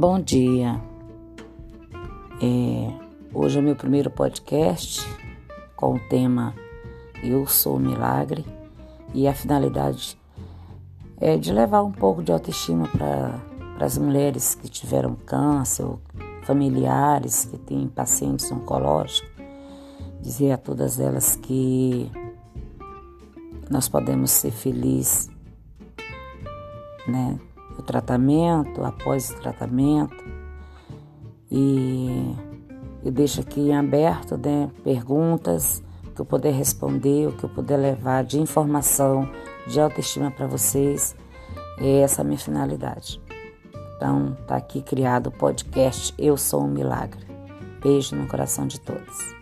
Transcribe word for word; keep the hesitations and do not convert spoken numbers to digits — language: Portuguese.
Bom dia, é, hoje é meu primeiro podcast com o tema Eu Sou o Milagre, e a finalidade é de levar um pouco de autoestima para as mulheres que tiveram câncer, ou familiares que têm pacientes oncológicos, dizer a todas elas que nós podemos ser felizes, né? O tratamento, após o tratamento, e eu deixo aqui em aberto, né, perguntas, o que eu puder responder, o que eu puder levar de informação, de autoestima para vocês, é essa a minha finalidade. Então, tá aqui criado o podcast Eu Sou um Milagre. Beijo no coração de todos.